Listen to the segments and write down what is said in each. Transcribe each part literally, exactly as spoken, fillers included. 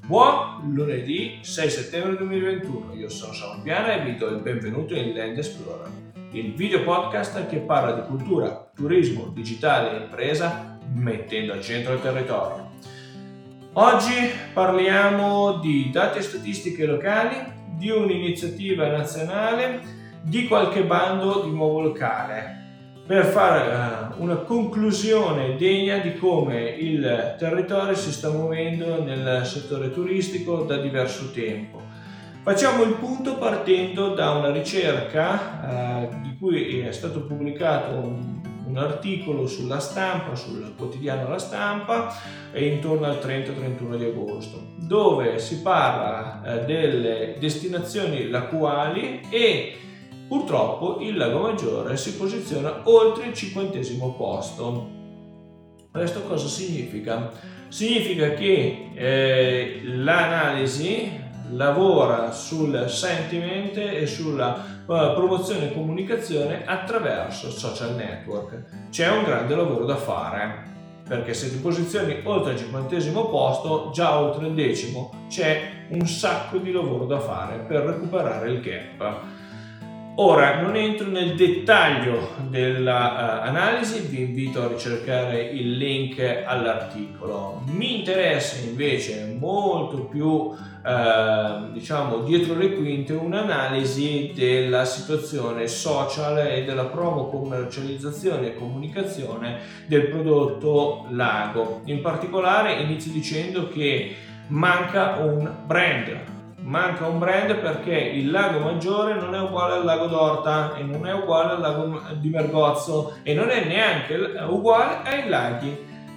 Buon lunedì sei settembre duemilaventuno, io sono Samuel Piana e vi do il benvenuto in Land Explorer, il video podcast che parla di cultura, turismo, digitale e impresa mettendo al centro il territorio. Oggi parliamo di dati e statistiche locali, di un'iniziativa nazionale, di qualche bando di nuovo locale, per fare uh, una conclusione degna di come il territorio si sta muovendo nel settore turistico da diverso tempo. Facciamo il punto partendo da una ricerca uh, di cui è stato pubblicato un, un articolo sulla Stampa, sul quotidiano La Stampa, intorno al trenta trentuno di agosto, dove si parla uh, delle destinazioni lacuali e purtroppo il Lago Maggiore si posiziona oltre il cinquantesimo posto. Questo cosa significa? Significa che eh, l'analisi lavora sul sentiment e sulla uh, promozione e comunicazione attraverso social network. C'è un grande lavoro da fare, perché se ti posizioni oltre il cinquantesimo posto, già oltre il decimo, c'è un sacco di lavoro da fare per recuperare il gap. Ora, non entro nel dettaglio dell'analisi, uh, vi invito a ricercare il link all'articolo. Mi interessa invece molto più, uh, diciamo, dietro le quinte, un'analisi della situazione social e della promo commercializzazione e comunicazione del prodotto lago. In particolare inizio dicendo che manca un brand. Manca un brand perché il Lago Maggiore non è uguale al Lago d'Orta e non è uguale al Lago di Mergozzo e non è neanche uguale ai laghi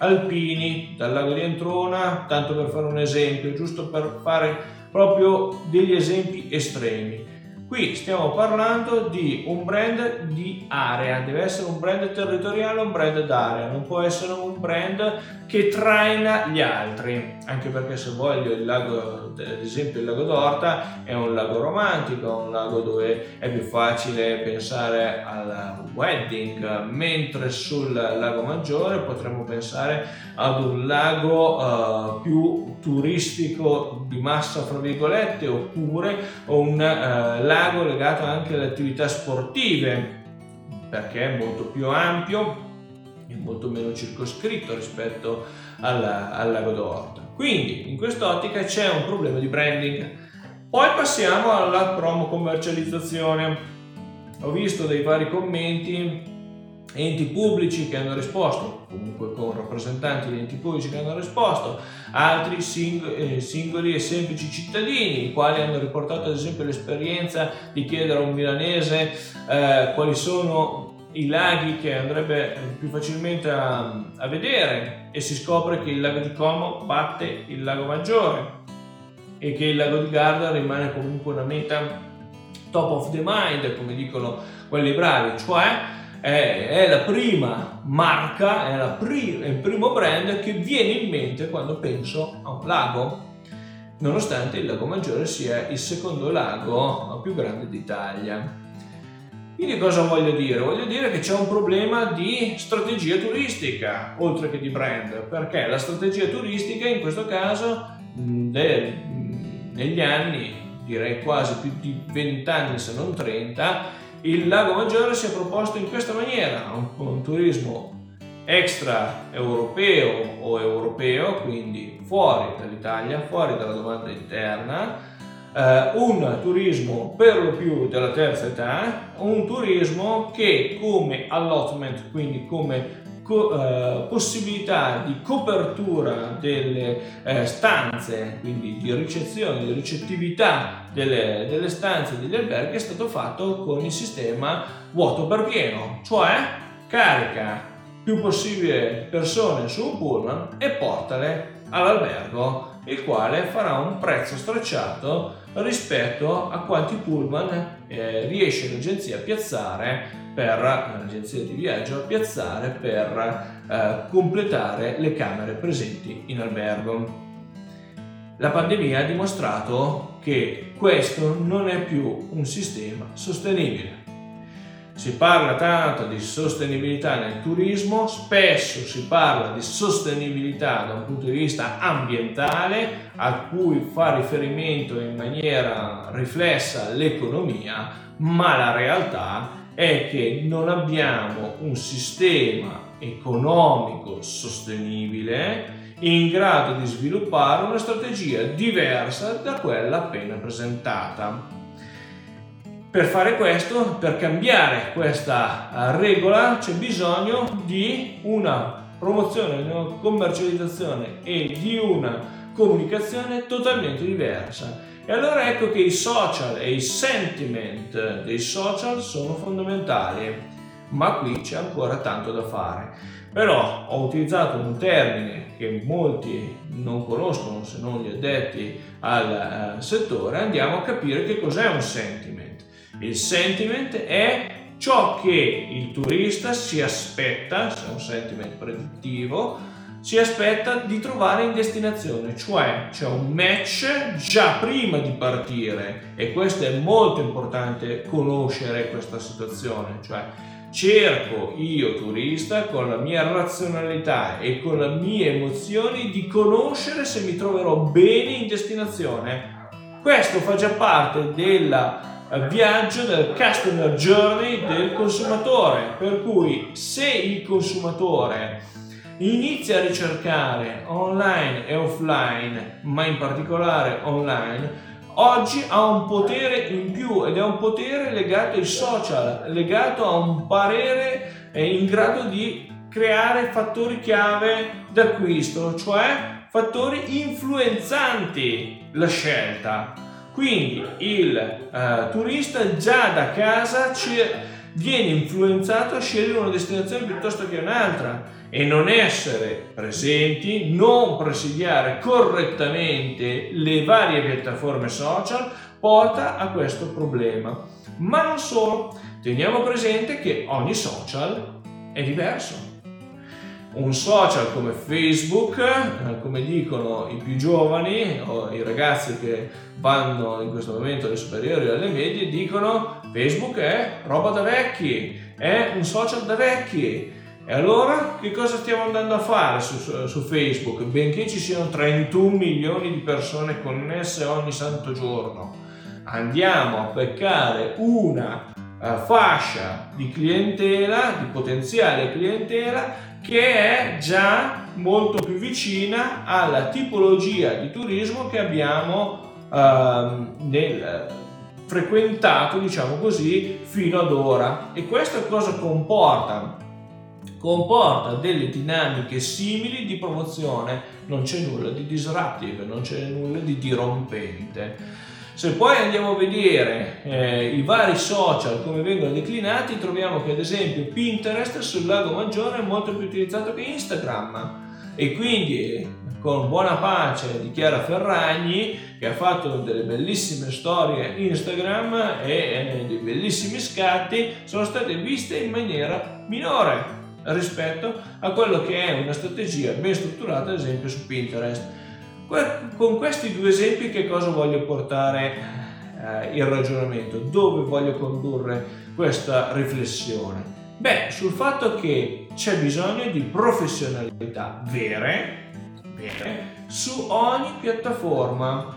alpini, dal Lago di Entrona, tanto per fare un esempio, giusto per fare proprio degli esempi estremi. Qui stiamo parlando di un brand di area, deve essere un brand territoriale, un brand d'area, non può essere un brand che traina gli altri, anche perché se voglio il lago, ad esempio il Lago d'Orta è un lago romantico, un lago dove è più facile pensare al wedding, mentre sul Lago Maggiore potremmo pensare ad un lago uh, più turistico di massa, fra virgolette, oppure un uh, lago legato anche alle attività sportive, perché è molto più ampio, è molto meno circoscritto rispetto alla, al Lago d'Orta. Quindi in quest'ottica c'è un problema di branding. Poi passiamo alla promo commercializzazione. Ho visto dei vari commenti, enti pubblici che hanno risposto, comunque con rappresentanti di enti pubblici che hanno risposto, altri sing- eh, singoli e semplici cittadini, i quali hanno riportato ad esempio l'esperienza di chiedere a un milanese eh, quali sono i laghi che andrebbe più facilmente a, a vedere, e si scopre che il lago di Como batte il Lago Maggiore e che il lago di Garda rimane comunque una meta top of the mind, come dicono quelli bravi, cioè è, è la prima marca, è, la pri- è il primo brand che viene in mente quando penso a un lago, nonostante il Lago Maggiore sia il secondo lago più grande d'Italia. Quindi cosa voglio dire? Voglio dire che c'è un problema di strategia turistica, oltre che di brand, perché la strategia turistica in questo caso nel, negli anni, direi quasi più di venti anni se non trenta, il Lago Maggiore si è proposto in questa maniera, un, un turismo extra europeo o europeo, quindi fuori dall'Italia, fuori dalla domanda interna, Uh, un turismo per lo più della terza età, un turismo che come allotment, quindi come co- uh, possibilità di copertura delle uh, stanze, quindi di ricezione, di ricettività delle, delle stanze degli alberghi, è stato fatto con il sistema vuoto per pieno, cioè carica più possibile persone su un pullman e portale all'albergo, il quale farà un prezzo stracciato rispetto a quanti pullman eh, riesce l'agenzia a piazzare per l'agenzia di viaggio a piazzare per eh, completare le camere presenti in albergo. La pandemia ha dimostrato che questo non è più un sistema sostenibile. Si parla tanto di sostenibilità nel turismo, spesso si parla di sostenibilità da un punto di vista ambientale, a cui fa riferimento in maniera riflessa l'economia, ma la realtà è che non abbiamo un sistema economico sostenibile in grado di sviluppare una strategia diversa da quella appena presentata. Per fare questo, per cambiare questa regola, c'è bisogno di una promozione, di una commercializzazione e di una comunicazione totalmente diversa. E allora ecco che i social e i sentiment dei social sono fondamentali, ma qui c'è ancora tanto da fare. Però ho utilizzato un termine che molti non conoscono se non gli addetti al uh, settore. Andiamo a capire che cos'è un sentiment. Il sentiment è ciò che il turista si aspetta, se è un sentiment predittivo, si aspetta di trovare in destinazione, cioè c'è un match già prima di partire, e questo è molto importante conoscere questa situazione, cioè cerco io turista con la mia razionalità e con le mie emozioni di conoscere se mi troverò bene in destinazione. Questo fa già parte del viaggio, del customer journey del consumatore, per cui se il consumatore inizia a ricercare online e offline, ma in particolare online, oggi ha un potere in più, ed è un potere legato ai social, legato a un parere in grado di creare fattori chiave d'acquisto, cioè fattori influenzanti la scelta. Quindi il uh, turista già da casa ci viene influenzato a scegliere una destinazione piuttosto che un'altra, e non essere presenti, non presidiare correttamente le varie piattaforme social porta a questo problema. Ma non solo, teniamo presente che ogni social è diverso. Un social come Facebook, come dicono i più giovani o i ragazzi che vanno in questo momento alle superiori o alle medie, dicono Facebook è roba da vecchi, è un social da vecchi. E allora che cosa stiamo andando a fare su, su Facebook? Benché ci siano trentuno milioni di persone connesse ogni santo giorno, andiamo a beccare una uh, fascia di clientela, di potenziale clientela, che è già molto più vicina alla tipologia di turismo che abbiamo uh, nel, uh, frequentato, diciamo così, fino ad ora. E questo cosa comporta? Comporta delle dinamiche simili di promozione, non c'è nulla di disruptive, non c'è nulla di dirompente. Se poi andiamo a vedere eh, i vari social come vengono declinati, troviamo che ad esempio Pinterest sul Lago Maggiore è molto più utilizzato che Instagram, e quindi con buona pace di Chiara Ferragni, che ha fatto delle bellissime storie Instagram e eh, dei bellissimi scatti, sono state viste in maniera minore rispetto a quello che è una strategia ben strutturata ad esempio su Pinterest. Con questi due esempi che cosa voglio portare eh, il ragionamento? Dove voglio condurre questa riflessione? Beh, sul fatto che c'è bisogno di professionalità vere, vere su ogni piattaforma,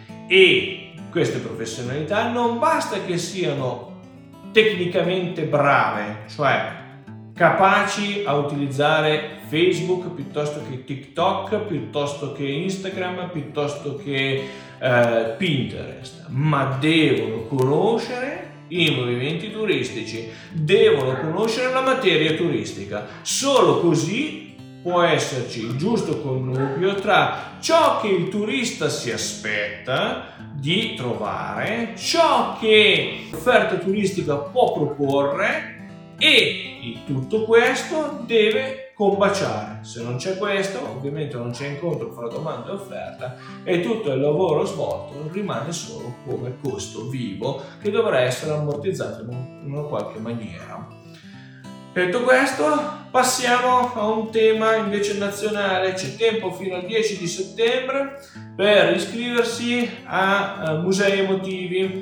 e queste professionalità non basta che siano tecnicamente brave, cioè capaci a utilizzare Facebook piuttosto che TikTok, piuttosto che Instagram, piuttosto che eh, Pinterest, ma devono conoscere i movimenti turistici, devono conoscere la materia turistica. Solo così può esserci il giusto connubio tra ciò che il turista si aspetta di trovare, ciò che l'offerta turistica può proporre, e tutto questo deve combaciare. Se non c'è questo, ovviamente non c'è incontro fra domanda e offerta, e tutto il lavoro svolto rimane solo come costo vivo che dovrà essere ammortizzato in una qualche maniera. Detto questo, passiamo a un tema invece nazionale. C'è tempo fino al dieci di settembre per iscriversi a Musei Emotivi.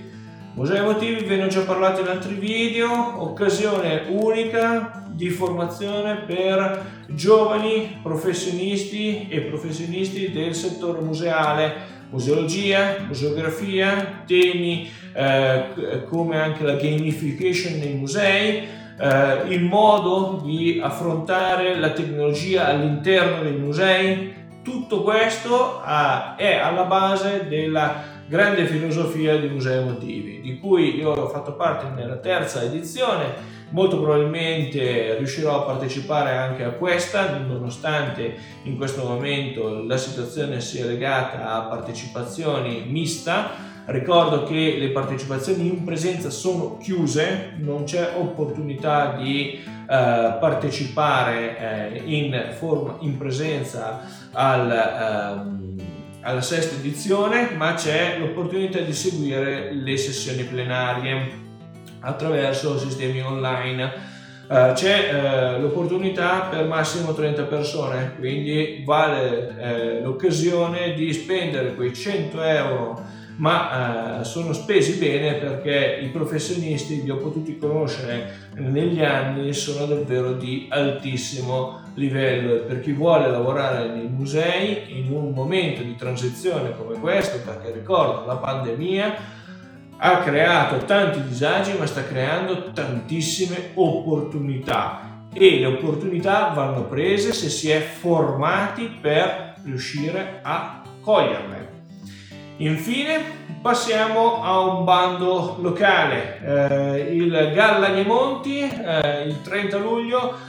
Musei emotivi, ve ne ho già parlato in altri video, occasione unica di formazione per giovani professionisti e professionisti del settore museale, museologia, museografia, temi eh, come anche la gamification nei musei, eh, il modo di affrontare la tecnologia all'interno dei musei. Tutto questo uh, è alla base della grande filosofia di Musei Emotivi, di cui io ho fatto parte nella terza edizione. Molto probabilmente riuscirò a partecipare anche a questa, nonostante in questo momento la situazione sia legata a partecipazioni mista. Ricordo che le partecipazioni in presenza sono chiuse, non c'è opportunità di eh, partecipare eh, in forma in presenza al, ehm, alla sesta edizione, ma c'è l'opportunità di seguire le sessioni plenarie attraverso sistemi online. Uh, c'è uh, l'opportunità per massimo trenta persone, quindi vale uh, l'occasione di spendere quei cento euro, ma uh, sono spesi bene, perché i professionisti li ho potuti conoscere negli anni, sono davvero di altissimo livello, e per chi vuole lavorare nei musei in un momento di transizione come questo, perché ricordo la pandemia ha creato tanti disagi, ma sta creando tantissime opportunità, e le opportunità vanno prese se si è formati per riuscire a coglierle. Infine passiamo a un bando locale. Eh, il G A L Laghemonti eh, il trenta luglio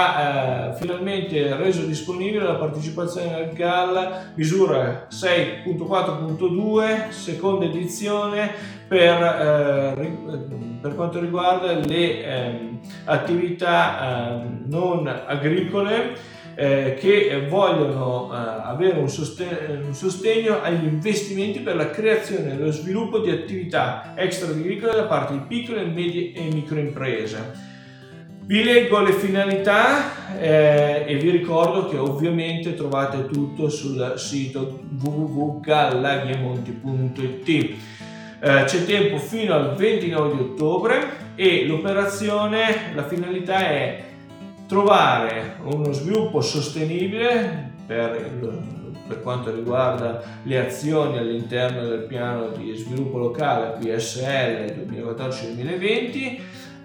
ha eh, finalmente reso disponibile la partecipazione al G A L misura sei punto quattro punto due, seconda edizione, per, eh, per quanto riguarda le eh, attività eh, non agricole eh, che vogliono eh, avere un sostegno, un sostegno agli investimenti per la creazione e lo sviluppo di attività extra-agricole da parte di piccole, medie e microimprese. Vi leggo le finalità eh, e vi ricordo che ovviamente trovate tutto sul sito w w w punto gallaghemonti punto i t. Eh, c'è tempo fino al ventinove di ottobre, e l'operazione, la finalità è trovare uno sviluppo sostenibile per, per quanto riguarda le azioni all'interno del piano di sviluppo locale P S L duemilaquattordici duemilaventi,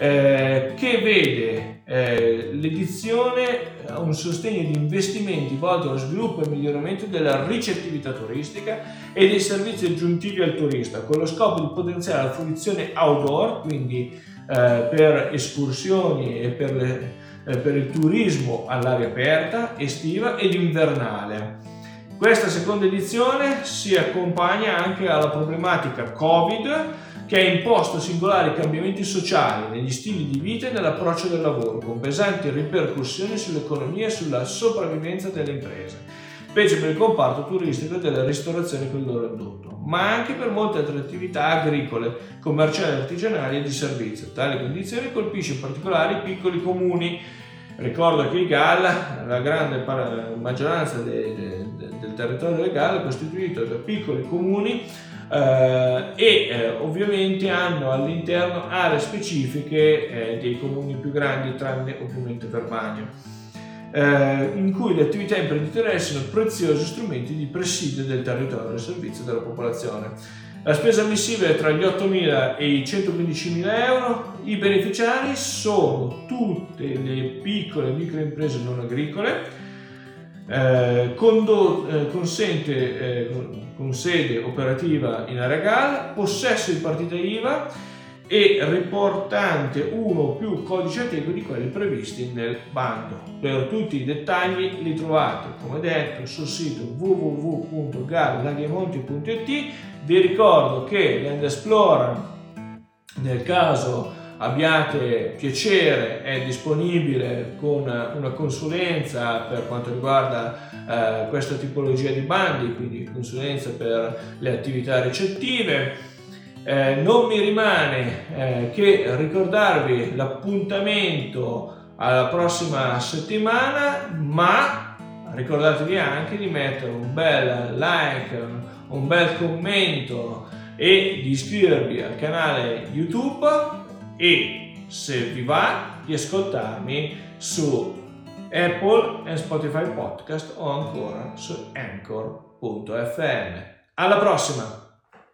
eh, che vede eh, l'edizione un sostegno di investimenti volti allo sviluppo e miglioramento della ricettività turistica e dei servizi aggiuntivi al turista, con lo scopo di potenziare la fruizione outdoor, quindi eh, per escursioni e per, le, eh, per il turismo all'aria aperta, estiva ed invernale. Questa seconda edizione si accompagna anche alla problematica Covid, che ha imposto singolari cambiamenti sociali negli stili di vita e nell'approccio del lavoro, con pesanti ripercussioni sull'economia e sulla sopravvivenza delle imprese, specie per il comparto turistico e della ristorazione con il loro indotto, ma anche per molte altre attività agricole, commerciali, artigianali e di servizio. Tale condizione colpisce in particolare i piccoli comuni. Ricordo che il G A L, la grande maggioranza de, de, de, del territorio del G A L è costituito da piccoli comuni eh, e eh, ovviamente hanno all'interno aree specifiche eh, dei comuni più grandi, tranne ovviamente Verbania, eh, in cui le attività imprenditoriali sono preziosi strumenti di presidio del territorio al servizio della popolazione. La spesa ammissibile è tra gli ottomila e i centoquindicimila euro. I beneficiari sono tutte le piccole e microimprese non agricole, eh, condo, eh, consente eh, con sede operativa in area G A L, possesso di partita I V A e riportante uno o più codici ATECO di quelli previsti nel bando. Per tutti i dettagli li trovate, come detto, sul sito w w w punto gallaghemonti punto i t. Vi ricordo che Land Explorer, nel caso abbiate piacere, è disponibile con una consulenza per quanto riguarda eh, questa tipologia di bandi, quindi consulenza per le attività ricettive. Eh, non mi rimane eh, che ricordarvi l'appuntamento alla prossima settimana, ma ricordatevi anche di mettere un bel like, un bel commento e di iscrivervi al canale YouTube e, se vi va, di ascoltarmi su Apple e Spotify Podcast o ancora su Anchor punto effe emme. Alla prossima!